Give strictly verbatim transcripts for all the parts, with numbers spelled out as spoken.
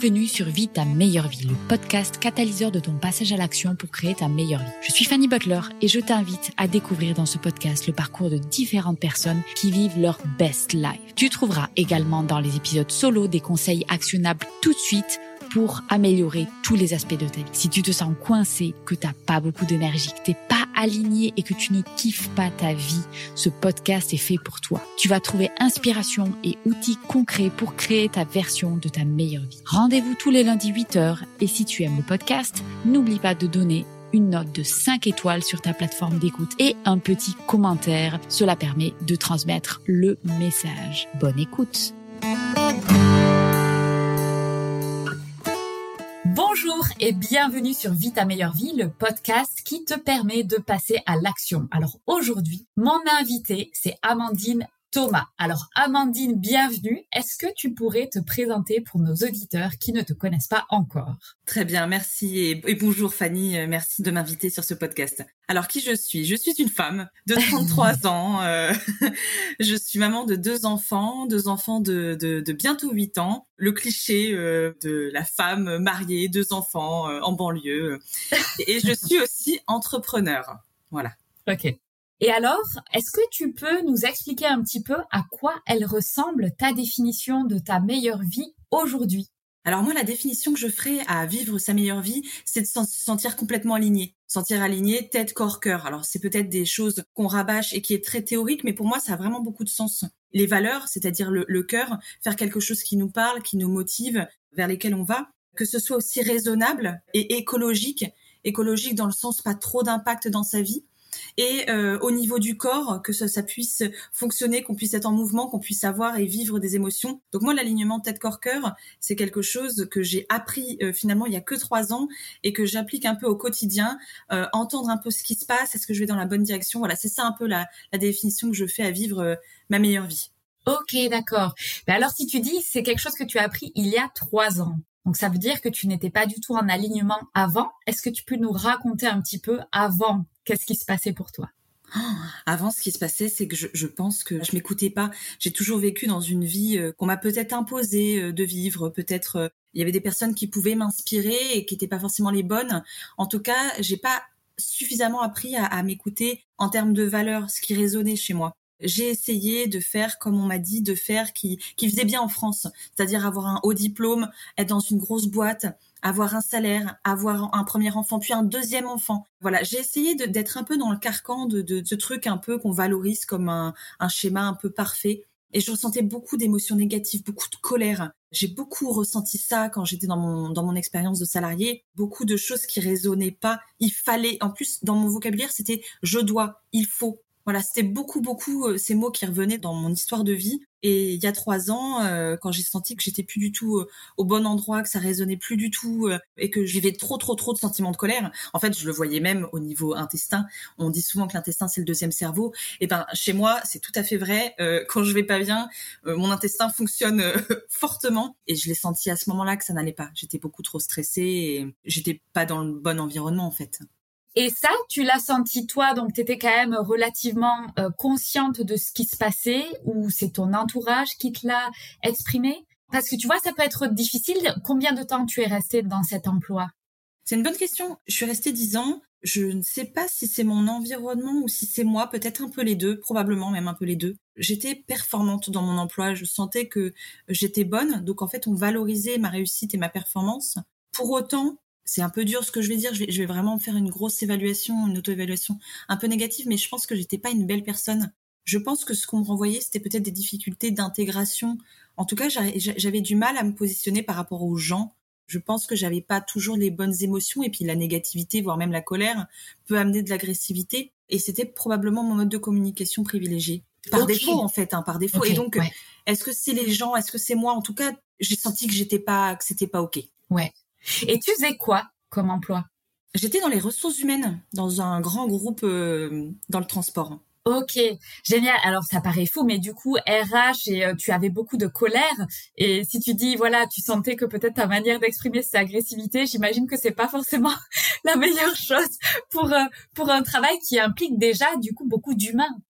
Bienvenue sur Vie ta meilleure vie, le podcast catalyseur de ton passage à l'action pour créer ta meilleure vie. Je suis Fanny Butler et je t'invite à découvrir dans ce podcast le parcours de différentes personnes qui vivent leur best life. Tu trouveras également dans les épisodes solo des conseils actionnables tout de suite pour améliorer tous les aspects de ta vie. Si tu te sens coincé, que t'as pas beaucoup d'énergie, que t'es pas aligné et que tu ne kiffes pas ta vie, ce podcast est fait pour toi. Tu vas trouver inspiration et outils concrets pour créer ta version de ta meilleure vie. Rendez-vous tous les lundis huit heures et si tu aimes le podcast, n'oublie pas de donner une note de cinq étoiles sur ta plateforme d'écoute et un petit commentaire. Cela permet de transmettre le message. Bonne écoute. Bonjour et bienvenue sur Vie ta meilleure vie, le podcast qui te permet de passer à l'action. Alors aujourd'hui, mon invité, c'est Amandine Thomas. Alors Amandine, bienvenue. Est-ce que tu pourrais te présenter pour nos auditeurs qui ne te connaissent pas encore? Très bien, merci et, et bonjour Fanny, merci de m'inviter sur ce podcast. Alors qui je suis? Je suis une femme de trente-trois ans. Euh, je suis maman de deux enfants, deux enfants de, de, de bientôt huit ans. Le cliché euh, de la femme mariée, deux enfants euh, en banlieue. Et, et je suis aussi entrepreneur. Voilà. Ok. Et alors, est-ce que tu peux nous expliquer un petit peu à quoi elle ressemble ta définition de ta meilleure vie aujourd'hui? Alors moi, la définition que je ferais à vivre sa meilleure vie, c'est de se sentir complètement aligné. Sentir aligné, tête, corps, cœur. Alors c'est peut-être des choses qu'on rabâche et qui est très théorique, mais pour moi, ça a vraiment beaucoup de sens. Les valeurs, c'est-à-dire le, le cœur, faire quelque chose qui nous parle, qui nous motive, vers lesquels on va, que ce soit aussi raisonnable et écologique. Écologique dans le sens pas trop d'impact dans sa vie. Et euh, au niveau du corps, que ça, ça puisse fonctionner, qu'on puisse être en mouvement, qu'on puisse avoir et vivre des émotions. Donc moi, l'alignement tête-corps-cœur, c'est quelque chose que j'ai appris euh, finalement il y a que trois ans et que j'applique un peu au quotidien, euh, entendre un peu ce qui se passe, est-ce que je vais dans la bonne direction. Voilà, c'est ça un peu la, la définition que je fais à vivre euh, ma meilleure vie. Ok, d'accord. Mais alors si tu dis c'est quelque chose que tu as appris il y a trois ans, donc ça veut dire que tu n'étais pas du tout en alignement avant. Est-ce que tu peux nous raconter un petit peu avant? Qu'est-ce qui se passait pour toi? Oh, avant, ce qui se passait, c'est que je, je pense que je m'écoutais pas. J'ai toujours vécu dans une vie euh, qu'on m'a peut-être imposé euh, de vivre. Peut-être euh, il y avait des personnes qui pouvaient m'inspirer et qui n'étaient pas forcément les bonnes. En tout cas, j'ai pas suffisamment appris à, à m'écouter en termes de valeurs, ce qui résonnait chez moi. J'ai essayé de faire comme on m'a dit de faire, qui qui faisait bien en France, c'est-à-dire avoir un haut diplôme, être dans une grosse boîte, avoir un salaire, avoir un premier enfant, puis un deuxième enfant. Voilà, j'ai essayé de, d'être un peu dans le carcan de, de, de ce truc un peu qu'on valorise comme un, un schéma un peu parfait. Et je ressentais beaucoup d'émotions négatives, beaucoup de colère. J'ai beaucoup ressenti ça quand j'étais dans mon dans mon expérience de salarié. Beaucoup de choses qui résonnaient pas. Il fallait, en plus, dans mon vocabulaire, c'était « je dois »,« il faut ». Voilà, c'était beaucoup, beaucoup euh, ces mots qui revenaient dans mon histoire de vie. Et il y a trois ans, euh, quand j'ai senti que j'étais plus du tout euh, au bon endroit, que ça résonnait plus du tout euh, et que je vivais trop, trop, trop de sentiments de colère. En fait, je le voyais même au niveau intestin. On dit souvent que l'intestin, c'est le deuxième cerveau. Et ben, chez moi, c'est tout à fait vrai. Euh, quand je vais pas bien, euh, mon intestin fonctionne euh, fortement. Et je l'ai senti à ce moment-là que ça n'allait pas. J'étais beaucoup trop stressée et j'étais pas dans le bon environnement, en fait. Et ça, tu l'as senti toi, donc tu étais quand même relativement euh, consciente de ce qui se passait ou c'est ton entourage qui te l'a exprimé? Parce que tu vois, ça peut être difficile. Combien de temps tu es restée dans cet emploi? C'est une bonne question. Je suis restée dix ans. Je ne sais pas si c'est mon environnement ou si c'est moi, peut-être un peu les deux, probablement même un peu les deux. J'étais performante dans mon emploi, je sentais que j'étais bonne, donc en fait on valorisait ma réussite et ma performance. Pour autant, c'est un peu dur ce que je vais dire, je vais, je vais vraiment faire une grosse évaluation, une auto-évaluation un peu négative, mais je pense que j'étais pas une belle personne. Je pense que ce qu'on me renvoyait, c'était peut-être des difficultés d'intégration. En tout cas, j'avais du mal à me positionner par rapport aux gens. Je pense que j'avais pas toujours les bonnes émotions et puis la négativité, voire même la colère, peut amener de l'agressivité. Et c'était probablement mon mode de communication privilégié. Par okay. défaut, en fait, hein, par défaut. Okay, et donc, ouais. Est-ce que c'est les gens, est-ce que c'est moi? En tout cas, j'ai senti que j'étais pas, que c'était pas ok. Ouais. Et tu faisais quoi comme emploi? J'étais dans les ressources humaines, dans un grand groupe euh, dans le transport. Ok, génial. Alors ça paraît fou, mais du coup R H et euh, tu avais beaucoup de colère. Et si tu dis voilà, tu sentais que peut-être ta manière d'exprimer cette agressivité, j'imagine que c'est pas forcément la meilleure chose pour euh, pour un travail qui implique déjà du coup beaucoup d'humains.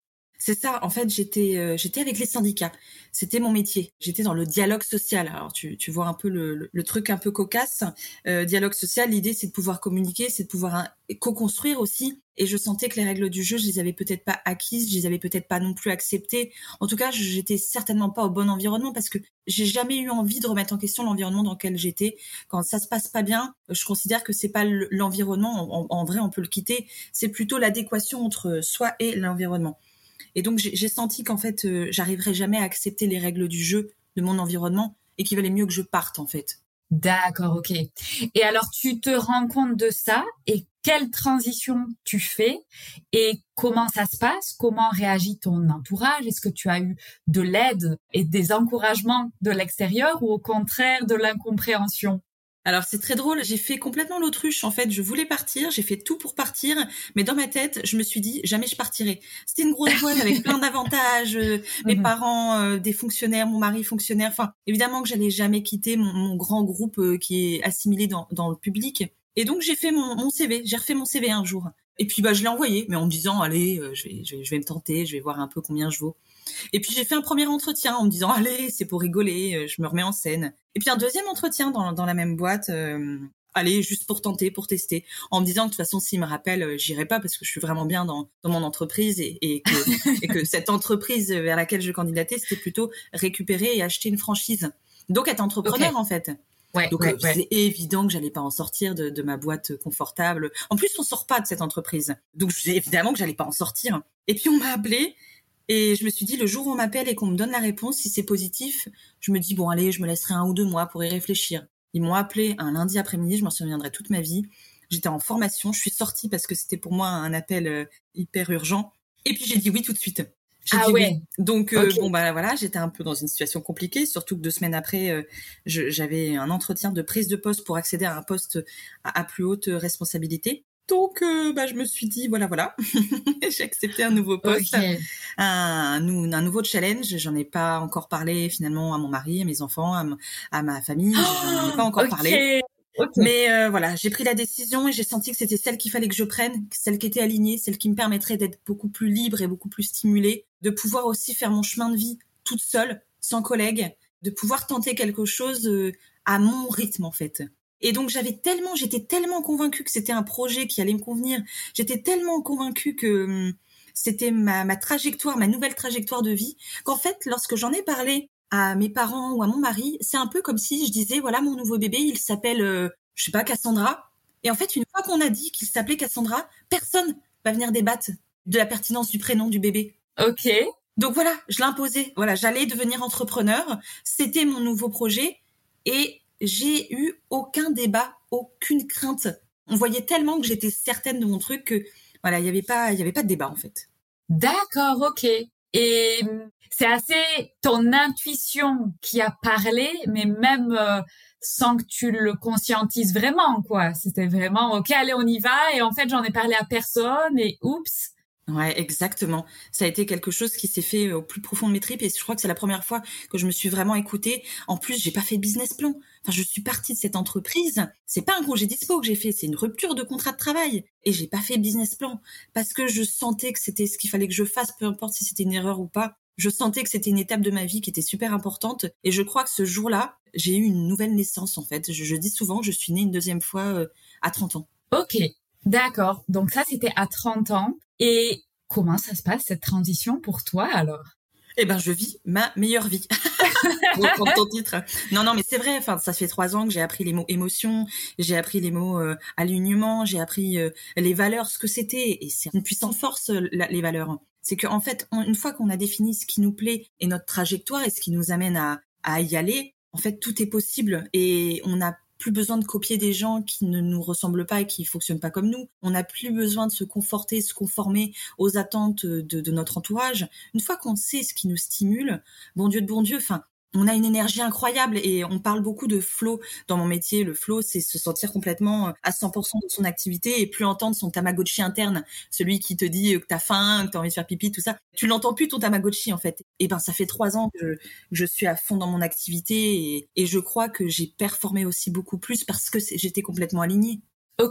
C'est ça. En fait, j'étais euh, j'étais avec les syndicats. C'était mon métier. J'étais dans le dialogue social. Alors, tu, tu vois un peu le, le, le truc un peu cocasse. Euh, dialogue social, l'idée, c'est de pouvoir communiquer, c'est de pouvoir hein, co-construire aussi. Et je sentais que les règles du jeu, je les avais peut-être pas acquises, je les avais peut-être pas non plus acceptées. En tout cas, j'étais certainement pas au bon environnement parce que j'ai jamais eu envie de remettre en question l'environnement dans lequel j'étais. Quand ça se passe pas bien, je considère que c'est pas l'environnement. En, en vrai, on peut le quitter. C'est plutôt l'adéquation entre soi et l'environnement. Et donc, j'ai, j'ai senti qu'en fait, euh, j'arriverais jamais à accepter les règles du jeu de mon environnement et qu'il valait mieux que je parte, en fait. D'accord, ok. Et alors, tu te rends compte de ça et quelle transition tu fais et comment ça se passe? Comment réagit ton entourage? Est-ce que tu as eu de l'aide et des encouragements de l'extérieur ou au contraire de l'incompréhension? Alors c'est très drôle, j'ai fait complètement l'autruche en fait, je voulais partir, j'ai fait tout pour partir, mais dans ma tête, je me suis dit jamais je partirai. C'était une grosse boîte avec plein d'avantages, euh, mes Mhm. parents euh, des fonctionnaires, mon mari fonctionnaire, enfin évidemment que j'allais jamais quitter mon, mon grand groupe euh, qui est assimilé dans, dans le public. Et donc j'ai fait mon, mon C V, j'ai refait mon C V un jour. Et puis bah je l'ai envoyé, mais en me disant allez, euh, je, vais, je, vais, je vais me tenter, je vais voir un peu combien je vaux. Et puis j'ai fait un premier entretien en me disant allez, c'est pour rigoler, euh, je me remets en scène. Et puis un deuxième entretien dans, dans la même boîte, euh, allez, juste pour tenter, pour tester, en me disant que de toute façon s'il me rappelle, euh, j'irai pas parce que je suis vraiment bien dans, dans mon entreprise et, et, que, et que cette entreprise vers laquelle je candidatais, c'était plutôt récupérer et acheter une franchise. Donc être entrepreneur Ok. en fait. Ouais, Donc ouais, euh, ouais. c'est évident que j'allais pas en sortir de, de ma boîte confortable. En plus, on sort pas de cette entreprise. Donc évidemment que j'allais pas en sortir. Et puis on m'a appelé et je me suis dit, le jour où on m'appelle et qu'on me donne la réponse, si c'est positif, je me dis, bon, allez, je me laisserai un ou deux mois pour y réfléchir. Ils m'ont appelé un lundi après-midi, je m'en souviendrai toute ma vie. J'étais en formation, je suis sortie parce que c'était pour moi un appel euh, hyper urgent. Et puis j'ai dit oui tout de suite. J'ai Ah dit ouais, oui. Donc euh, ok. bon bah voilà, j'étais un peu dans une situation compliquée, surtout que deux semaines après, euh, je, j'avais un entretien de prise de poste pour accéder à un poste à, à plus haute responsabilité. Donc euh, bah je me suis dit voilà voilà, j'ai accepté un nouveau poste, Ok. un, un, un nouveau challenge. J'en ai pas encore parlé finalement à mon mari, à mes enfants, à, m- à ma famille. J'en ai Oh, pas encore parlé. ok. Ok. Mais euh, voilà, j'ai pris la décision et j'ai senti que c'était celle qu'il fallait que je prenne, celle qui était alignée, celle qui me permettrait d'être beaucoup plus libre et beaucoup plus stimulée, de pouvoir aussi faire mon chemin de vie toute seule, sans collègues, de pouvoir tenter quelque chose euh, à mon rythme en fait. Et donc j'avais tellement, j'étais tellement convaincue que c'était un projet qui allait me convenir, j'étais tellement convaincue que hum, c'était ma, ma trajectoire, ma nouvelle trajectoire de vie, qu'en fait, lorsque j'en ai parlé à mes parents ou à mon mari, c'est un peu comme si je disais, voilà, mon nouveau bébé, il s'appelle, euh, je sais pas, Cassandra. Et en fait, une fois qu'on a dit qu'il s'appelait Cassandra, personne va venir débattre de la pertinence du prénom du bébé. Ok. Donc voilà, je l'imposais. Voilà, j'allais devenir entrepreneur. C'était mon nouveau projet. Et j'ai eu aucun débat, aucune crainte. On voyait tellement que j'étais certaine de mon truc que, voilà, il y avait pas, il y avait pas de débat, en fait. D'accord, ok. Et hum, c'est assez ton intuition qui a parlé, mais même euh, sans que tu le conscientises vraiment, quoi. C'était vraiment, ok, allez, on y va. Et en fait, j'en ai parlé à personne et oups. Ouais, exactement. Ça a été quelque chose qui s'est fait au plus profond de mes tripes et je crois que c'est la première fois que je me suis vraiment écoutée. En plus, j'ai pas fait de business plan. Enfin, je suis partie de cette entreprise. C'est pas un congé dispo que j'ai fait, c'est une rupture de contrat de travail. Et j'ai pas fait de business plan parce que je sentais que c'était ce qu'il fallait que je fasse, peu importe si c'était une erreur ou pas. Je sentais que c'était une étape de ma vie qui était super importante et je crois que ce jour-là, j'ai eu une nouvelle naissance en fait. Je, je dis souvent, je suis née une deuxième fois euh, à trente ans. Ok, d'accord. Donc ça, c'était à trente ans. Et comment ça se passe, cette transition pour toi, alors? Eh ben, je vis ma meilleure vie. Pour reprendre ton titre. Non, non, mais c'est vrai. Enfin, ça fait trois ans que j'ai appris les mots émotion, j'ai appris les mots euh, alignement, j'ai appris euh, les valeurs, ce que c'était. Et c'est une puissante force, euh, la, les valeurs. C'est qu'en fait, on, une fois qu'on a défini ce qui nous plaît et notre trajectoire et ce qui nous amène à, à y aller, en fait, tout est possible. Et on n'a plus besoin de copier des gens qui ne nous ressemblent pas et qui fonctionnent pas comme nous. On n'a plus besoin de se conforter, se conformer aux attentes de, de notre entourage. Une fois qu'on sait ce qui nous stimule, bon Dieu de bon Dieu, enfin, on a une énergie incroyable et on parle beaucoup de flow dans mon métier. Le flow, c'est se sentir complètement à cent pour cent de son activité et plus entendre son Tamagotchi interne, celui qui te dit que t'as faim, que t'as envie de faire pipi, tout ça. Tu l'entends plus ton Tamagotchi en fait. Et ben ça fait trois ans que je, je suis à fond dans mon activité et, et je crois que j'ai performé aussi beaucoup plus parce que j'étais complètement alignée. Ok.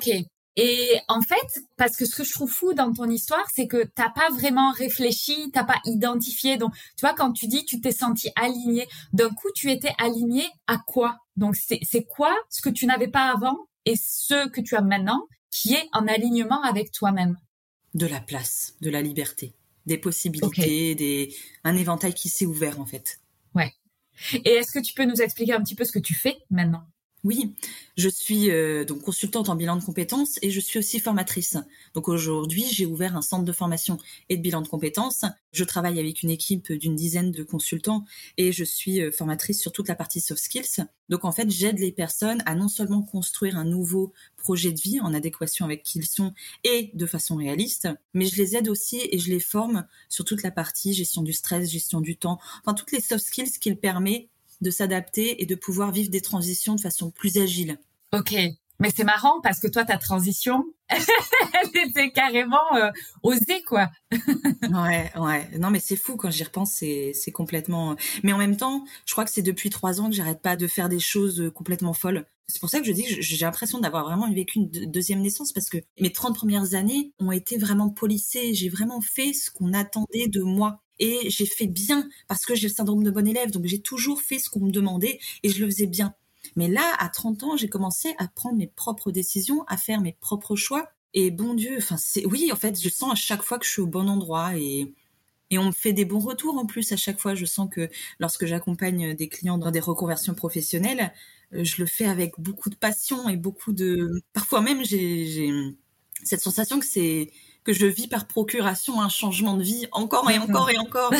Et en fait, parce que ce que je trouve fou dans ton histoire, c'est que t'as pas vraiment réfléchi, t'as pas identifié. Donc, tu vois, quand tu dis tu t'es senti aligné, d'un coup, tu étais aligné à quoi? Donc, c'est, c'est quoi ce que tu n'avais pas avant et ce que tu as maintenant qui est en alignement avec toi-même? De la place, de la liberté, des possibilités, Ok. des un éventail qui s'est ouvert en fait. Ouais. Et est-ce que tu peux nous expliquer un petit peu ce que tu fais maintenant? Oui, je suis euh, donc consultante en bilan de compétences et je suis aussi formatrice. Donc aujourd'hui, j'ai ouvert un centre de formation et de bilan de compétences. Je travaille avec une équipe d'une dizaine de consultants et je suis euh, formatrice sur toute la partie soft skills. Donc en fait, j'aide les personnes à non seulement construire un nouveau projet de vie en adéquation avec qui ils sont et de façon réaliste, mais je les aide aussi et je les forme sur toute la partie gestion du stress, gestion du temps, enfin toutes les soft skills qui permettent de s'adapter et de pouvoir vivre des transitions de façon plus agile. Ok. Mais c'est marrant parce que toi, ta transition, elle était carrément euh, osée, quoi. Ouais, ouais. Non, mais c'est fou quand j'y repense, c'est, c'est complètement. Mais en même temps, je crois que c'est depuis trois ans que j'arrête pas de faire des choses complètement folles. C'est pour ça que je dis que j'ai l'impression d'avoir vraiment vécu une deuxième naissance parce que mes trente premières années ont été vraiment polissées. J'ai vraiment fait ce qu'on attendait de moi. Et j'ai fait bien parce que j'ai le syndrome de bon élève. Donc, j'ai toujours fait ce qu'on me demandait et je le faisais bien. Mais là, à trente ans, j'ai commencé à prendre mes propres décisions, à faire mes propres choix. Et bon Dieu, enfin, c'est, oui, en fait, je sens à chaque fois que je suis au bon endroit et, et on me fait des bons retours en plus à chaque fois. Je sens que lorsque j'accompagne des clients dans des reconversions professionnelles, je le fais avec beaucoup de passion et beaucoup de, parfois même, j'ai, j'ai cette sensation que c'est, que je vis par procuration un changement de vie encore et encore et encore.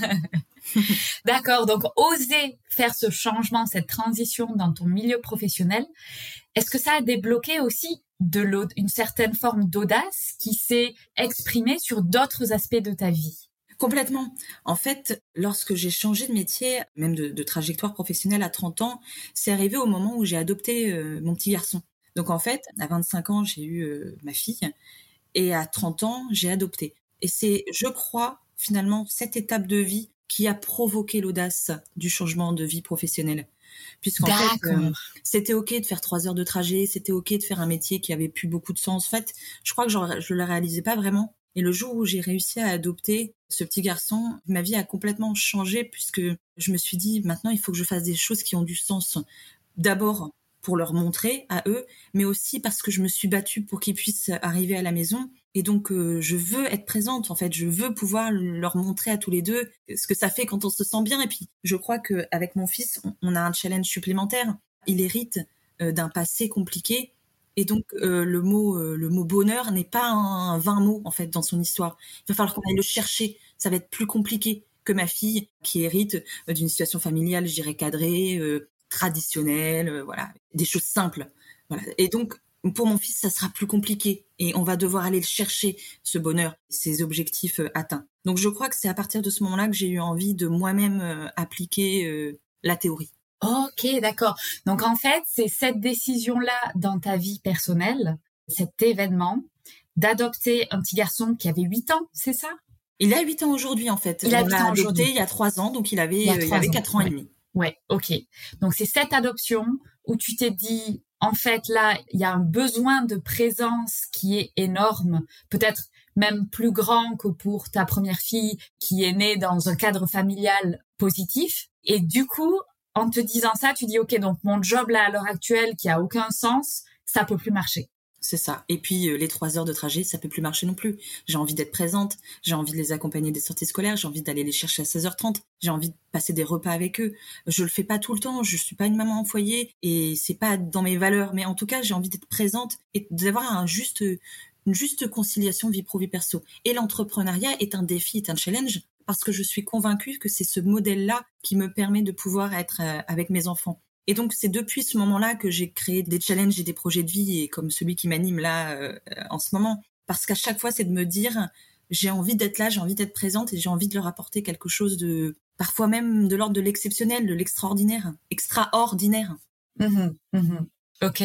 D'accord, donc oser faire ce changement, cette transition dans ton milieu professionnel, est-ce que ça a débloqué aussi de l'au- une certaine forme d'audace qui s'est exprimée sur d'autres aspects de ta vie? Complètement. En fait, lorsque j'ai changé de métier, même de, de trajectoire professionnelle à trente ans, c'est arrivé au moment où j'ai adopté euh, mon petit garçon. Donc en fait, à vingt-cinq ans, j'ai eu euh, ma fille et à trente ans, j'ai adopté. Et c'est, je crois, finalement, cette étape de vie qui a provoqué l'audace du changement de vie professionnelle. Puisqu'en fait, euh, D'accord. c'était OK de faire trois heures de trajet, c'était OK de faire un métier qui avait plus beaucoup de sens. En fait, je crois que genre, je le réalisais pas vraiment. Et le jour où j'ai réussi à adopter ce petit garçon, ma vie a complètement changé puisque je me suis dit, maintenant, il faut que je fasse des choses qui ont du sens. D'abord, pour leur montrer à eux, mais aussi parce que je me suis battue pour qu'ils puissent arriver à la maison. Et donc, euh, je veux être présente, en fait. Je veux pouvoir leur montrer à tous les deux ce que ça fait quand on se sent bien. Et puis, je crois qu'avec mon fils, on, on a un challenge supplémentaire. Il hérite euh, d'un passé compliqué. Et donc, euh, le mot euh, le mot bonheur n'est pas un vain mot, en fait, dans son histoire. Il va falloir qu'on aille le chercher. Ça va être plus compliqué que ma fille qui hérite euh, d'une situation familiale, je dirais, cadrée, euh, traditionnelle, euh, voilà, des choses simples. Voilà. Et donc, pour mon fils, ça sera plus compliqué et on va devoir aller le chercher, ce bonheur, ces objectifs euh, atteints. Donc, je crois que c'est à partir de ce moment-là que j'ai eu envie de moi-même euh, appliquer euh, la théorie. Ok, d'accord. Donc en fait, c'est cette décision-là dans ta vie personnelle, cet événement, d'adopter un petit garçon qui avait huit ans, c'est ça? Il a huit ans aujourd'hui, en fait. Il a On huit l'a ans adopté aujourd'hui. il y a trois ans, donc il Il y avait, a euh, il trois avait ans. quatre ans et Ouais. demi. Ouais, ok. Donc c'est cette adoption où tu t'es dit, en fait, là, il y a un besoin de présence qui est énorme, peut-être même plus grand que pour ta première fille qui est née dans un cadre familial positif. Et du coup, en te disant ça, tu dis, ok, donc mon job là à l'heure actuelle qui a aucun sens, ça peut plus marcher. C'est ça. Et puis, euh, les trois heures de trajet, ça peut plus marcher non plus. J'ai envie d'être présente, j'ai envie de les accompagner des sorties scolaires, j'ai envie d'aller les chercher à seize heures trente, j'ai envie de passer des repas avec eux. Je le fais pas tout le temps, je suis pas une maman en foyer et c'est pas dans mes valeurs, mais en tout cas, j'ai envie d'être présente et d'avoir un juste, une juste conciliation vie pro vie perso. Et l'entrepreneuriat est un défi, est un challenge parce que je suis convaincue que c'est ce modèle-là qui me permet de pouvoir être euh, avec mes enfants. Et donc, c'est depuis ce moment-là que j'ai créé des challenges et des projets de vie, et comme celui qui m'anime là euh, en ce moment. Parce qu'à chaque fois, c'est de me dire, j'ai envie d'être là, j'ai envie d'être présente, et j'ai envie de leur apporter quelque chose de, parfois même de l'ordre de l'exceptionnel, de l'extraordinaire, extraordinaire. Mmh, mmh. Ok.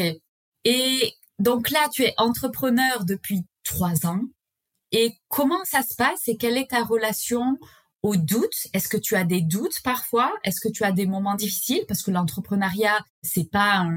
Et donc là, tu es entrepreneur depuis trois ans. Et comment ça se passe et quelle est ta relation aux doutes? Est-ce que tu as des doutes parfois? Est-ce que tu as des moments difficiles? Parce que l'entrepreneuriat, c'est pas un,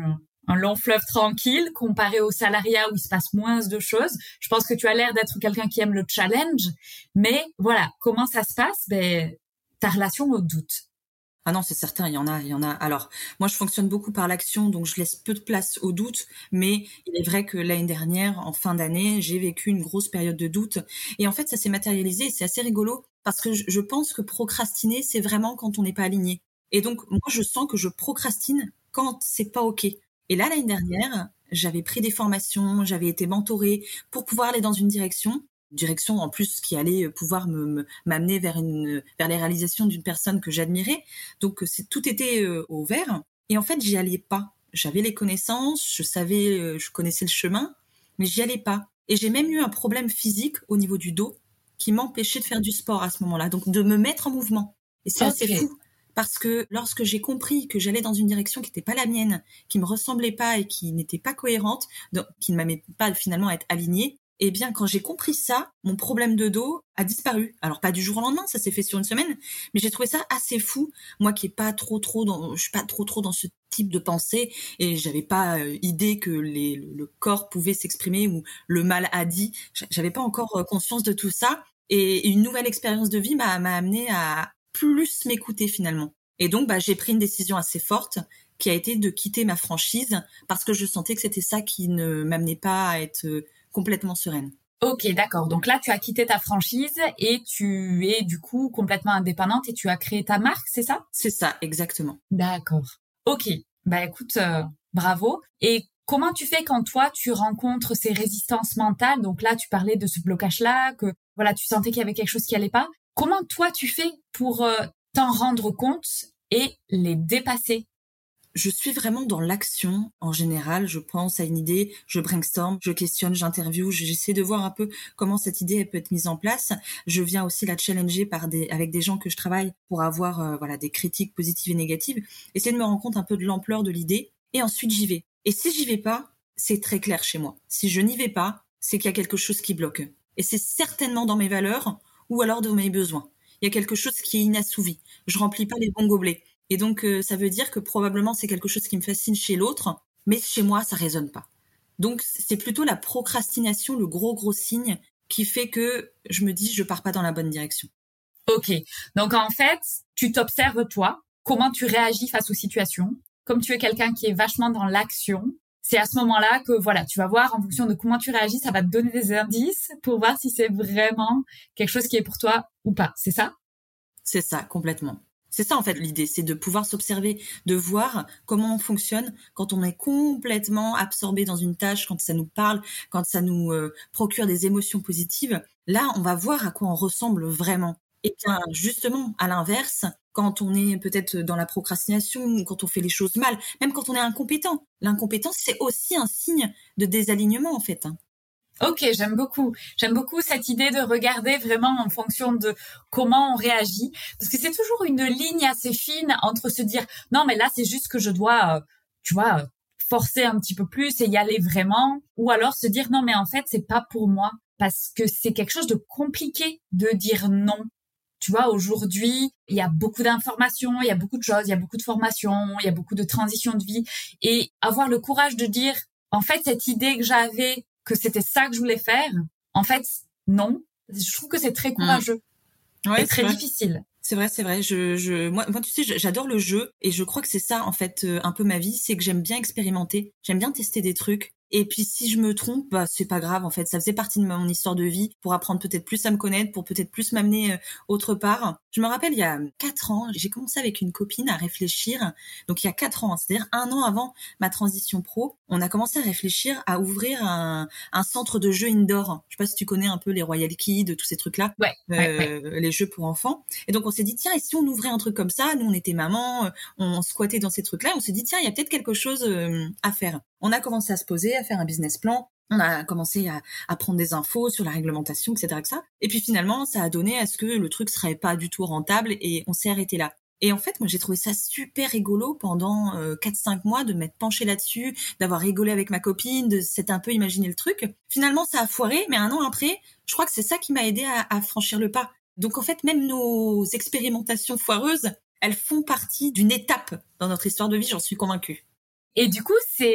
un long fleuve tranquille comparé au salariat où il se passe moins de choses. Je pense que tu as l'air d'être quelqu'un qui aime le challenge, mais voilà, comment ça se passe? Ben, ta relation au doute. Ah non, c'est certain, il y en a, il y en a. Alors, moi, je fonctionne beaucoup par l'action, donc je laisse peu de place au doute, mais il est vrai que l'année dernière, en fin d'année, j'ai vécu une grosse période de doute. Et en fait, ça s'est matérialisé, et c'est assez rigolo, parce que je, je pense que procrastiner, c'est vraiment quand on n'est pas aligné. Et donc, moi, je sens que je procrastine quand c'est pas OK. Et là, l'année dernière, j'avais pris des formations, j'avais été mentorée pour pouvoir aller dans une direction. Direction en plus qui allait pouvoir me, me m'amener vers une vers les réalisations d'une personne que j'admirais. Donc c'est tout était euh, au vert et en fait j'y allais pas. J'avais les connaissances, je savais euh, je connaissais le chemin, mais j'y allais pas. Et j'ai même eu un problème physique au niveau du dos qui m'empêchait de faire du sport à ce moment-là, donc de me mettre en mouvement. Et c'est Okay. assez fou parce que lorsque j'ai compris que j'allais dans une direction qui n'était pas la mienne, qui me ressemblait pas et qui n'était pas cohérente, donc qui ne m'amenait pas finalement à être alignée, eh bien, quand j'ai compris ça, mon problème de dos a disparu. Alors, pas du jour au lendemain, ça s'est fait sur une semaine, mais j'ai trouvé ça assez fou. Moi qui est pas trop, trop dans, je suis pas trop, trop dans ce type de pensée et j'avais pas euh, idée que les, le, le corps pouvait s'exprimer ou le mal a dit. J'avais pas encore euh, conscience de tout ça. Et une nouvelle expérience de vie m'a, m'a amené à plus m'écouter finalement. Et donc, bah, j'ai pris une décision assez forte qui a été de quitter ma franchise parce que je sentais que c'était ça qui ne m'amenait pas à être euh, complètement sereine. Ok, d'accord. Donc là, tu as quitté ta franchise et tu es du coup complètement indépendante et tu as créé ta marque, c'est ça? C'est ça, exactement. D'accord. Ok. Bah écoute, euh, bravo. Et comment tu fais quand toi, tu rencontres ces résistances mentales? Donc là, tu parlais de ce blocage-là, que voilà, tu sentais qu'il y avait quelque chose qui allait pas. Comment toi, tu fais pour euh, t'en rendre compte et les dépasser? Je suis vraiment dans l'action en général. Je pense à une idée, je brainstorm, je questionne, j'interviewe, j'essaie de voir un peu comment cette idée elle peut être mise en place. Je viens aussi la challenger par des, avec des gens que je travaille pour avoir euh, voilà des critiques positives et négatives. Essayer de me rendre compte un peu de l'ampleur de l'idée et ensuite j'y vais. Et si j'y vais pas, c'est très clair chez moi. Si je n'y vais pas, c'est qu'il y a quelque chose qui bloque. Et c'est certainement dans mes valeurs ou alors dans mes besoins. Il y a quelque chose qui est inassouvi. Je remplis pas les bons gobelets. Et donc, euh, ça veut dire que probablement c'est quelque chose qui me fascine chez l'autre, mais chez moi, ça résonne pas. Donc, c'est plutôt la procrastination, le gros, gros signe qui fait que je me dis, je pars pas dans la bonne direction. Ok. Donc, en fait, tu t'observes toi, comment tu réagis face aux situations. Comme tu es quelqu'un qui est vachement dans l'action, c'est à ce moment-là que, voilà, tu vas voir en fonction de comment tu réagis, ça va te donner des indices pour voir si c'est vraiment quelque chose qui est pour toi ou pas. C'est ça? C'est ça, complètement. C'est ça en fait l'idée, c'est de pouvoir s'observer, de voir comment on fonctionne quand on est complètement absorbé dans une tâche, quand ça nous parle, quand ça nous euh, procure des émotions positives. Là, on va voir à quoi on ressemble vraiment. Et bien justement, à l'inverse, quand on est peut-être dans la procrastination ou quand on fait les choses mal, même quand on est incompétent, l'incompétence c'est aussi un signe de désalignement en fait. Ok, j'aime beaucoup. J'aime beaucoup cette idée de regarder vraiment en fonction de comment on réagit. Parce que c'est toujours une ligne assez fine entre se dire, non, mais là, c'est juste que je dois, euh, tu vois, euh, forcer un petit peu plus et y aller vraiment. Ou alors se dire, non, mais en fait, c'est pas pour moi. Parce que c'est quelque chose de compliqué de dire non. Tu vois, aujourd'hui, il y a beaucoup d'informations, il y a beaucoup de choses, il y a beaucoup de formations, il y a beaucoup de transitions de vie. Et avoir le courage de dire, en fait, cette idée que j'avais, que c'était ça que je voulais faire, en fait, non. Je trouve que c'est très courageux mmh. Ouais, et très difficile. C'est vrai, c'est vrai. Je, je, moi, moi, tu sais, j'adore le jeu et je crois que c'est ça, en fait, euh, un peu ma vie, c'est que j'aime bien expérimenter, j'aime bien tester des trucs. Et puis si je me trompe, bah c'est pas grave en fait, ça faisait partie de mon histoire de vie pour apprendre peut-être plus à me connaître, pour peut-être plus m'amener euh, autre part. Je me rappelle il y a quatre ans, j'ai commencé avec une copine à réfléchir. Donc il y a quatre ans, hein, c'est-à-dire un an avant ma transition pro, on a commencé à réfléchir à ouvrir un, un centre de jeux indoor. Je sais pas si tu connais un peu les Royal Kids, tous ces trucs-là, ouais, euh, ouais, ouais. les jeux pour enfants. Et donc on s'est dit tiens, et si on ouvrait un truc comme ça, nous on était maman, on squattait dans ces trucs-là, on s'est dit tiens, il y a peut-être quelque chose euh, à faire. On a commencé à se poser, à faire un business plan. On a commencé à, à prendre des infos sur la réglementation, et cetera. Que ça. Et puis finalement, ça a donné à ce que le truc serait pas du tout rentable et on s'est arrêté là. Et en fait, moi, j'ai trouvé ça super rigolo pendant euh, quatre cinq mois de m'être penchée là-dessus, d'avoir rigolé avec ma copine, de s'être un peu imaginé le truc. Finalement, ça a foiré, mais un an après, je crois que c'est ça qui m'a aidé à, à franchir le pas. Donc en fait, même nos expérimentations foireuses, elles font partie d'une étape dans notre histoire de vie, j'en suis convaincue. Et du coup, c'est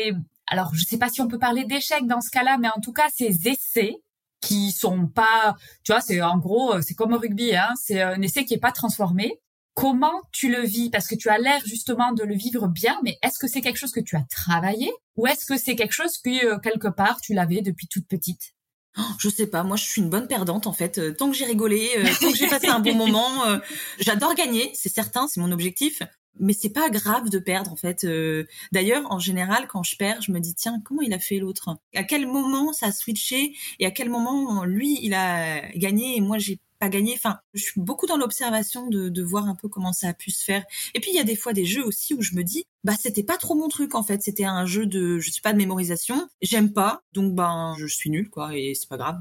alors je sais pas si on peut parler d'échec dans ce cas-là, mais en tout cas ces essais qui sont pas, tu vois, c'est en gros, c'est comme au rugby, hein, c'est un essai qui est pas transformé. Comment tu le vis? Parce que tu as l'air justement de le vivre bien, mais est-ce que c'est quelque chose que tu as travaillé ou est-ce que c'est quelque chose que euh, quelque part tu l'avais depuis toute petite? Oh, je sais pas, moi je suis une bonne perdante en fait. Euh, tant que j'ai rigolé, euh, tant que j'ai passé un bon moment, euh, j'adore gagner, c'est certain, c'est mon objectif. Mais c'est pas grave de perdre en fait. Euh, d'ailleurs, en général, quand je perds, je me dis tiens, comment il a fait l'autre? À quel moment ça a switché et à quel moment lui il a gagné et moi j'ai pas gagné. Enfin, je suis beaucoup dans l'observation de, de voir un peu comment ça a pu se faire. Et puis il y a des fois des jeux aussi où je me dis bah c'était pas trop mon truc en fait. C'était un jeu de je sais pas de mémorisation. J'aime pas, donc ben je suis nulle quoi et c'est pas grave.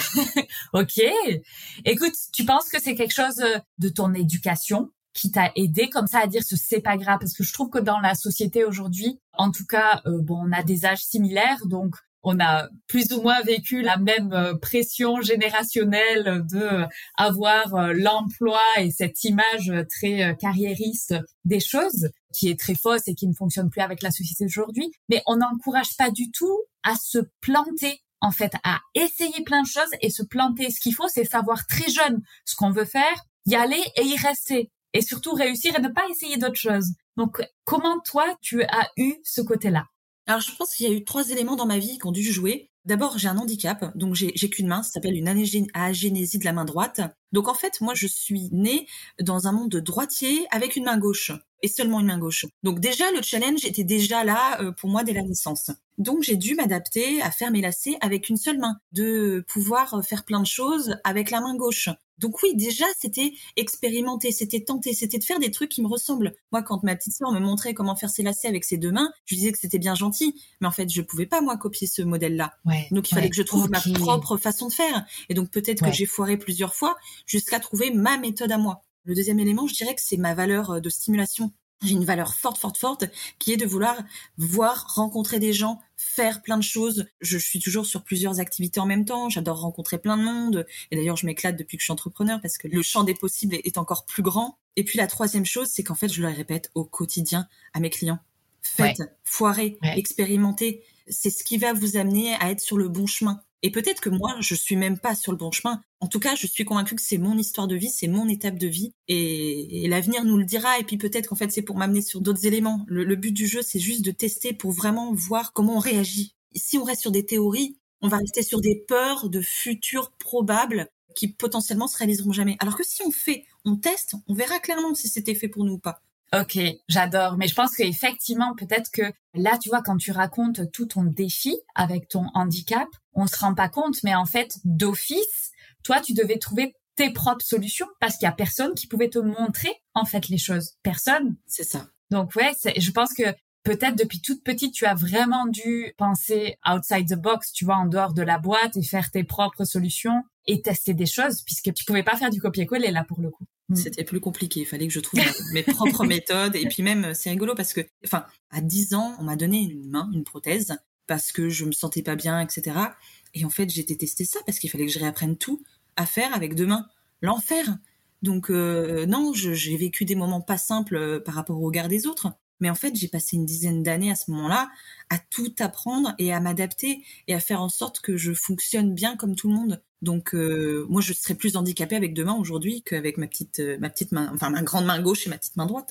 Ok. Écoute, tu penses que c'est quelque chose de ton éducation qui t'a aidé comme ça à dire ce c'est pas grave? Parce que je trouve que dans la société aujourd'hui, en tout cas, euh, bon, on a des âges similaires, donc on a plus ou moins vécu la même euh, pression générationnelle de euh, avoir euh, l'emploi et cette image très euh, carriériste des choses qui est très fausse et qui ne fonctionne plus avec la société d'aujourd'hui. Mais on n'encourage pas du tout à se planter. En fait, à essayer plein de choses et se planter. Ce qu'il faut, c'est savoir très jeune ce qu'on veut faire, y aller et y rester. Et surtout réussir et ne pas essayer d'autres choses. Donc, comment toi, tu as eu ce côté-là? Alors, je pense qu'il y a eu trois éléments dans ma vie qui ont dû jouer. D'abord, j'ai un handicap, donc j'ai, j'ai qu'une main, ça s'appelle une anégé- agénésie de la main droite. Donc en fait, moi, je suis née dans un monde de droitier avec une main gauche, et seulement une main gauche. Donc déjà, le challenge était déjà là euh, pour moi dès la naissance. Donc j'ai dû m'adapter à faire mes lacets avec une seule main, de pouvoir faire plein de choses avec la main gauche. Donc oui, déjà, c'était expérimenter, c'était tenter, c'était de faire des trucs qui me ressemblent. Moi, quand ma petite sœur me montrait comment faire ses lacets avec ses deux mains, je lui disais que c'était bien gentil, mais en fait, je pouvais pas, moi, copier ce modèle-là. Ouais, donc il ouais, fallait que je trouve okay. ma propre façon de faire. Et donc peut-être ouais. que j'ai foiré plusieurs fois jusqu'à trouver ma méthode à moi. Le deuxième élément, je dirais que c'est ma valeur de stimulation. J'ai une valeur forte, forte, forte, qui est de vouloir voir, rencontrer des gens, faire plein de choses. Je suis toujours sur plusieurs activités en même temps. J'adore rencontrer plein de monde. Et d'ailleurs, je m'éclate depuis que je suis entrepreneur parce que le champ des possibles est encore plus grand. Et puis la troisième chose, c'est qu'en fait, je le répète au quotidien à mes clients. Faites, ouais. foirez, ouais. expérimentez. C'est ce qui va vous amener à être sur le bon chemin. Et peut-être que moi, je suis même pas sur le bon chemin. En tout cas, je suis convaincue que c'est mon histoire de vie, c'est mon étape de vie. Et, et l'avenir nous le dira. Et puis peut-être qu'en fait, c'est pour m'amener sur d'autres éléments. Le, le but du jeu, c'est juste de tester pour vraiment voir comment on réagit. Et si on reste sur des théories, on va rester sur des peurs de futurs probables qui potentiellement se réaliseront jamais. Alors que si on fait, on teste, on verra clairement si c'était fait pour nous ou pas. Ok, j'adore. Mais je pense qu'effectivement, peut-être que là, tu vois, quand tu racontes tout ton défi avec ton handicap, on se rend pas compte, mais en fait, d'office, toi, tu devais trouver tes propres solutions parce qu'il y a personne qui pouvait te montrer, en fait, les choses. Personne. C'est ça. Donc, ouais, c'est, je pense que peut-être depuis toute petite, tu as vraiment dû penser outside the box, tu vois, en dehors de la boîte et faire tes propres solutions et tester des choses puisque tu pouvais pas faire du copier-coller là pour le coup. C'était plus compliqué. Il fallait que je trouve mes propres méthodes. Et puis même, c'est rigolo parce que, enfin, à dix ans, on m'a donné une main, une prothèse, parce que je me sentais pas bien, et cetera. Et en fait, j'ai détesté ça parce qu'il fallait que je réapprenne tout à faire avec deux mains. L'enfer. Donc, euh, non, je, j'ai vécu des moments pas simples euh, par rapport au regard des autres. Mais en fait, j'ai passé une dizaine d'années à ce moment-là à tout apprendre et à m'adapter et à faire en sorte que je fonctionne bien comme tout le monde. Donc, euh, moi, je serais plus handicapée avec deux mains aujourd'hui qu'avec ma petite, euh, ma petite main, enfin ma grande main gauche et ma petite main droite.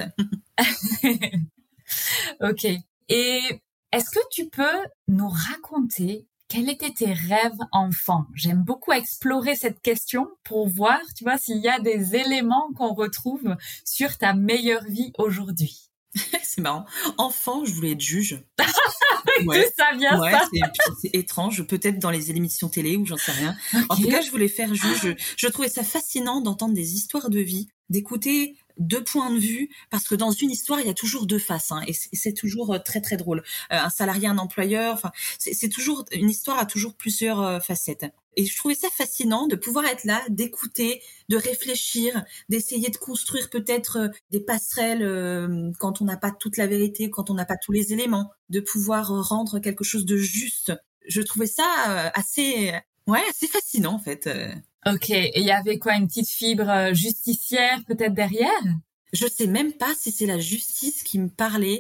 Ok. Et est-ce que tu peux nous raconter quels étaient tes rêves enfants? J'aime beaucoup explorer cette question pour voir, tu vois, s'il y a des éléments qu'on retrouve sur ta meilleure vie aujourd'hui. C'est marrant. Enfant, je voulais être juge. Ouais. Tout ça vient ouais, ça. C'est, c'est étrange. Peut-être dans les émissions télé ou j'en sais rien. Okay. En tout cas, je voulais faire juge. Je, je trouvais ça fascinant d'entendre des histoires de vie, d'écouter deux points de vue, parce que dans une histoire, il y a toujours deux faces, hein, et, c'est, et c'est toujours très très drôle. Euh, un salarié, un employeur, enfin, c'est, c'est toujours une histoire a toujours plusieurs euh, facettes. Et je trouvais ça fascinant de pouvoir être là, d'écouter, de réfléchir, d'essayer de construire peut-être euh, des passerelles euh, quand on n'a pas toute la vérité, quand on n'a pas tous les éléments, de pouvoir rendre quelque chose de juste. Je trouvais ça euh, assez, ouais, assez fascinant en fait. Ok, et il y avait quoi, une petite fibre justicière peut-être derrière? Je sais même pas si c'est la justice qui me parlait.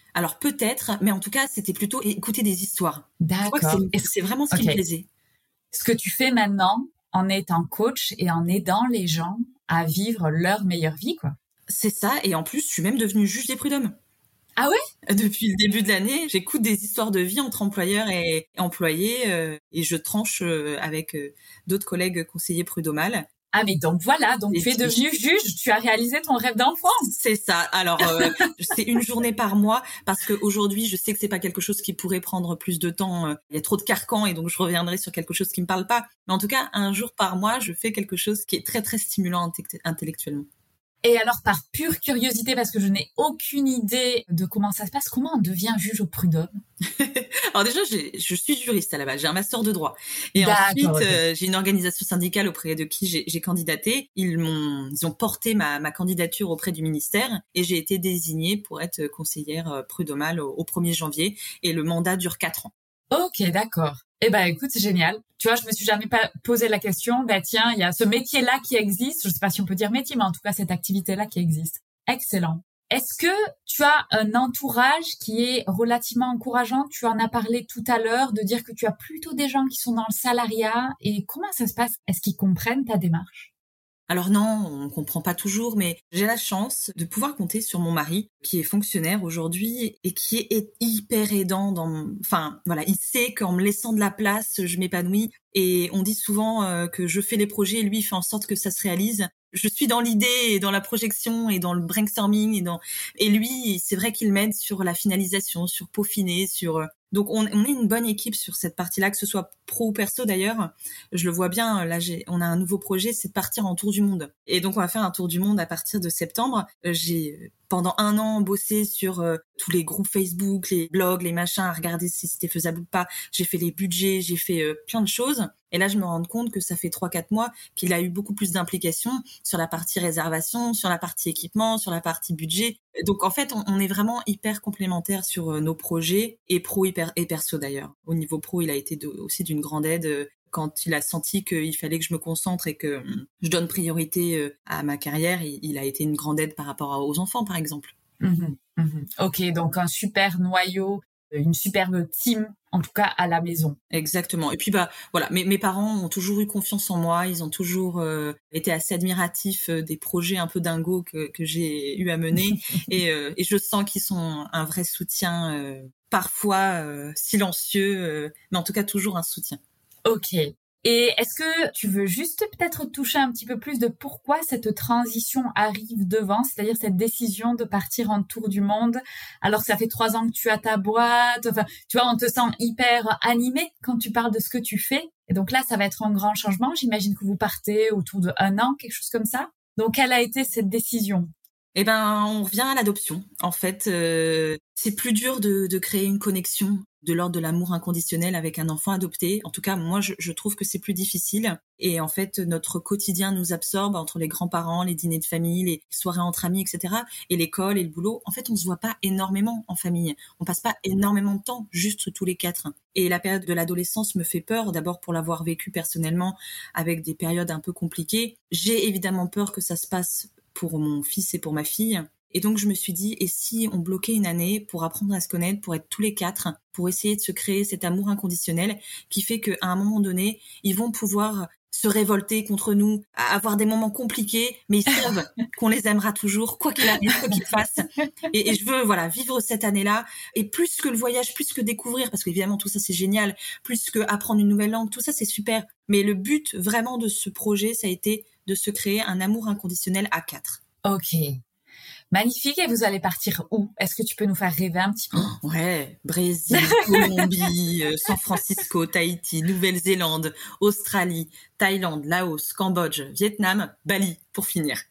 Alors peut-être, mais en tout cas, c'était plutôt écouter des histoires. D'accord. Je crois que c'est, c'est vraiment ce qui okay. me plaisait. Ce que tu fais maintenant, en étant coach et en aidant les gens à vivre leur meilleure vie, quoi. C'est ça, et en plus, je suis même devenue juge des prud'hommes. Ah ouais? Depuis le début de l'année, j'écoute des histoires de vie entre employeurs et employés, euh, et je tranche euh, avec euh, d'autres collègues conseillers prud'homales. Ah mais donc voilà, donc et tu es devenue juge, tu as réalisé ton rêve d'enfant. C'est ça. Alors euh, c'est une journée par mois parce que aujourd'hui je sais que c'est pas quelque chose qui pourrait prendre plus de temps. Il y a trop de carcans et donc je reviendrai sur quelque chose qui me parle pas. Mais en tout cas, un jour par mois, je fais quelque chose qui est très très stimulant intellectuellement. Et alors, par pure curiosité, parce que je n'ai aucune idée de comment ça se passe, comment on devient juge au prud'homme? Alors déjà, j'ai, je suis juriste à la base, j'ai un master de droit. Et D'accord, ensuite, okay. euh, j'ai une organisation syndicale auprès de qui j'ai, j'ai candidaté. Ils m'ont, ils ont porté ma, ma candidature auprès du ministère et j'ai été désignée pour être conseillère prud'homale au, au premier janvier. Et le mandat dure quatre ans. Ok, d'accord. Eh ben, écoute, c'est génial. Tu vois, je me suis jamais pas posé la question. Bah tiens, il y a ce métier-là qui existe. Je sais pas si on peut dire métier, mais en tout cas cette activité-là qui existe. Excellent. Est-ce que tu as un entourage qui est relativement encourageant? Tu en as parlé tout à l'heure de dire que tu as plutôt des gens qui sont dans le salariat. Et comment ça se passe? Est-ce qu'ils comprennent ta démarche? Alors non, on comprend pas toujours, mais j'ai la chance de pouvoir compter sur mon mari, qui est fonctionnaire aujourd'hui et qui est hyper aidant dans mon... Enfin, voilà, il sait qu'en me laissant de la place, je m'épanouis. Et on dit souvent euh, que je fais les projets et lui, il fait en sorte que ça se réalise. Je suis dans l'idée et dans la projection et dans le brainstorming et dans... Et lui, c'est vrai qu'il m'aide sur la finalisation, sur peaufiner, sur... Donc on, on est une bonne équipe sur cette partie-là, que ce soit pro ou perso d'ailleurs. Je le vois bien, là j'ai, on a un nouveau projet, c'est de partir en tour du monde. Et donc on va faire un tour du monde à partir de septembre. J'ai pendant un an bossé sur euh, tous les groupes Facebook, les blogs, les machins, à regarder si c'était faisable ou pas. J'ai fait les budgets, j'ai fait euh, plein de choses. Et là je me rends compte que ça fait trois quatre mois qu'il a eu beaucoup plus d'implications sur la partie réservation, sur la partie équipement, sur la partie budget. Donc en fait on, on est vraiment hyper complémentaires sur euh, nos projets, et pro hyper, et perso d'ailleurs. Au niveau pro, il a été de, aussi d'une grande aide euh, quand il a senti qu'il fallait que je me concentre et que euh, je donne priorité euh, à ma carrière. Il, il a été une grande aide par rapport aux enfants, par exemple. Mmh, mmh. Ok, donc un super noyau, une superbe team, en tout cas à la maison. Exactement. Et puis bah voilà, mes, mes parents ont toujours eu confiance en moi. Ils ont toujours euh, été assez admiratifs euh, des projets un peu dingos que, que j'ai eu à mener. et, euh, et je sens qu'ils sont un vrai soutien, euh, parfois euh, silencieux, euh, mais en tout cas toujours un soutien. Ok. Et est-ce que tu veux juste peut-être toucher un petit peu plus de pourquoi cette transition arrive devant, c'est-à-dire cette décision de partir en tour du monde, alors que ça fait trois ans que tu as ta boîte, enfin, tu vois, on te sent hyper animé quand tu parles de ce que tu fais. Et donc là, ça va être un grand changement. J'imagine que vous partez autour de un an, quelque chose comme ça. Donc, quelle a été cette décision? Eh ben, on revient à l'adoption. En fait, euh, c'est plus dur de, de créer une connexion de l'ordre de l'amour inconditionnel avec un enfant adopté. En tout cas, moi, je, je trouve que c'est plus difficile. Et en fait, notre quotidien nous absorbe entre les grands-parents, les dîners de famille, les soirées entre amis, et cetera. Et l'école et le boulot. En fait, on se voit pas énormément en famille. On passe pas énormément de temps, juste tous les quatre. Et la période de l'adolescence me fait peur, d'abord pour l'avoir vécu personnellement avec des périodes un peu compliquées. J'ai évidemment peur que ça se passe pour mon fils et pour ma fille. Et donc, je me suis dit, et si on bloquait une année pour apprendre à se connaître, pour être tous les quatre, pour essayer de se créer cet amour inconditionnel qui fait qu'à un moment donné, ils vont pouvoir se révolter contre nous, avoir des moments compliqués, mais ils savent qu'on les aimera toujours, quoi qu'il arrive, quoi qu'ils fassent. Et, et je veux, voilà, vivre cette année-là. Et plus que le voyage, plus que découvrir, parce qu'évidemment, tout ça, c'est génial, plus que apprendre une nouvelle langue, tout ça, c'est super. Mais le but, vraiment, de ce projet, ça a été de se créer un amour inconditionnel à quatre. Ok. Magnifique. Et vous allez partir où? Est-ce que tu peux nous faire rêver un petit peu? Oh, ouais, Brésil, Colombie, euh, San Francisco, Tahiti, Nouvelle-Zélande, Australie, Thaïlande, Laos, Cambodge, Vietnam, Bali, pour finir.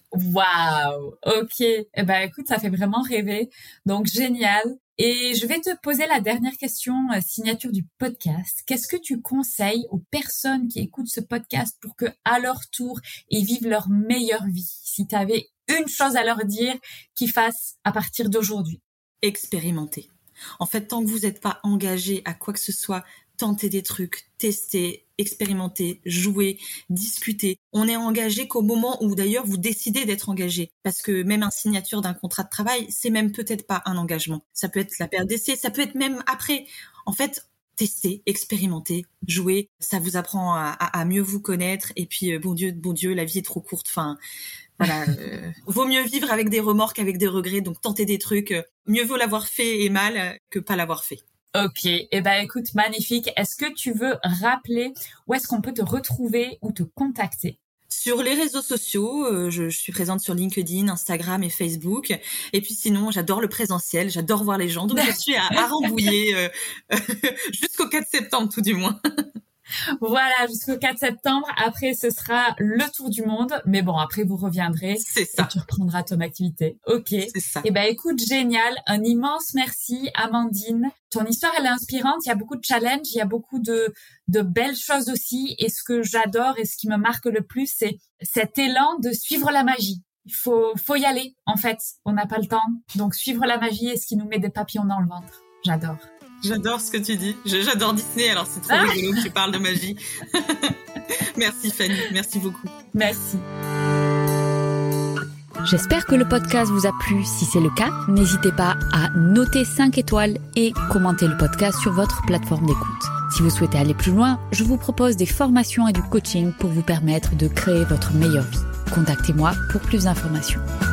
Waouh. Ok. Eh ben, écoute, ça fait vraiment rêver. Donc, génial. Et je vais te poser la dernière question, euh, signature du podcast. Qu'est-ce que tu conseilles aux personnes qui écoutent ce podcast pour que, à leur tour, ils vivent leur meilleure vie? Si tu avais une chose à leur dire qu'ils fassent à partir d'aujourd'hui. Expérimenter. En fait, tant que vous n'êtes pas engagé à quoi que ce soit tenter des trucs, tester, expérimenter, jouer, discuter. On est engagé qu'au moment où d'ailleurs vous décidez d'être engagé. Parce que même une signature d'un contrat de travail, c'est même peut-être pas un engagement. Ça peut être la période d'essai, ça peut être même après. En fait, tester, expérimenter, jouer, ça vous apprend à, à, à mieux vous connaître. Et puis, bon Dieu, bon Dieu, la vie est trop courte. Enfin, voilà. euh, vaut mieux vivre avec des remords qu'avec des regrets. Donc, tenter des trucs. Euh, mieux vaut l'avoir fait et mal que pas l'avoir fait. Ok, eh ben écoute, magnifique. Est-ce que tu veux rappeler où est-ce qu'on peut te retrouver ou te contacter? Sur les réseaux sociaux, euh, je, je suis présente sur LinkedIn, Instagram et Facebook. Et puis sinon, j'adore le présentiel, j'adore voir les gens. Donc je suis à, à Rambouillet euh, jusqu'au quatre septembre tout du moins. Voilà, jusqu'au quatre septembre. Après, ce sera le tour du monde. Mais bon, après, vous reviendrez. C'est ça. Et tu reprendras ton activité. Ok. C'est ça. Eh ben, écoute, génial. Un immense merci, Amandine. Ton histoire, elle est inspirante. Il y a beaucoup de challenges. Il y a beaucoup de, de belles choses aussi. Et ce que j'adore et ce qui me marque le plus, c'est cet élan de suivre la magie. Il faut, faut y aller. En fait, on n'a pas le temps. Donc, suivre la magie est ce qui nous met des papillons dans le ventre. J'adore. J'adore ce que tu dis. J'adore Disney, alors c'est trop ah rigolo que tu parles de magie. Merci Fanny, merci beaucoup. Merci. J'espère que le podcast vous a plu. Si c'est le cas, n'hésitez pas à noter cinq étoiles et commenter le podcast sur votre plateforme d'écoute. Si vous souhaitez aller plus loin, je vous propose des formations et du coaching pour vous permettre de créer votre meilleure vie. Contactez-moi pour plus d'informations.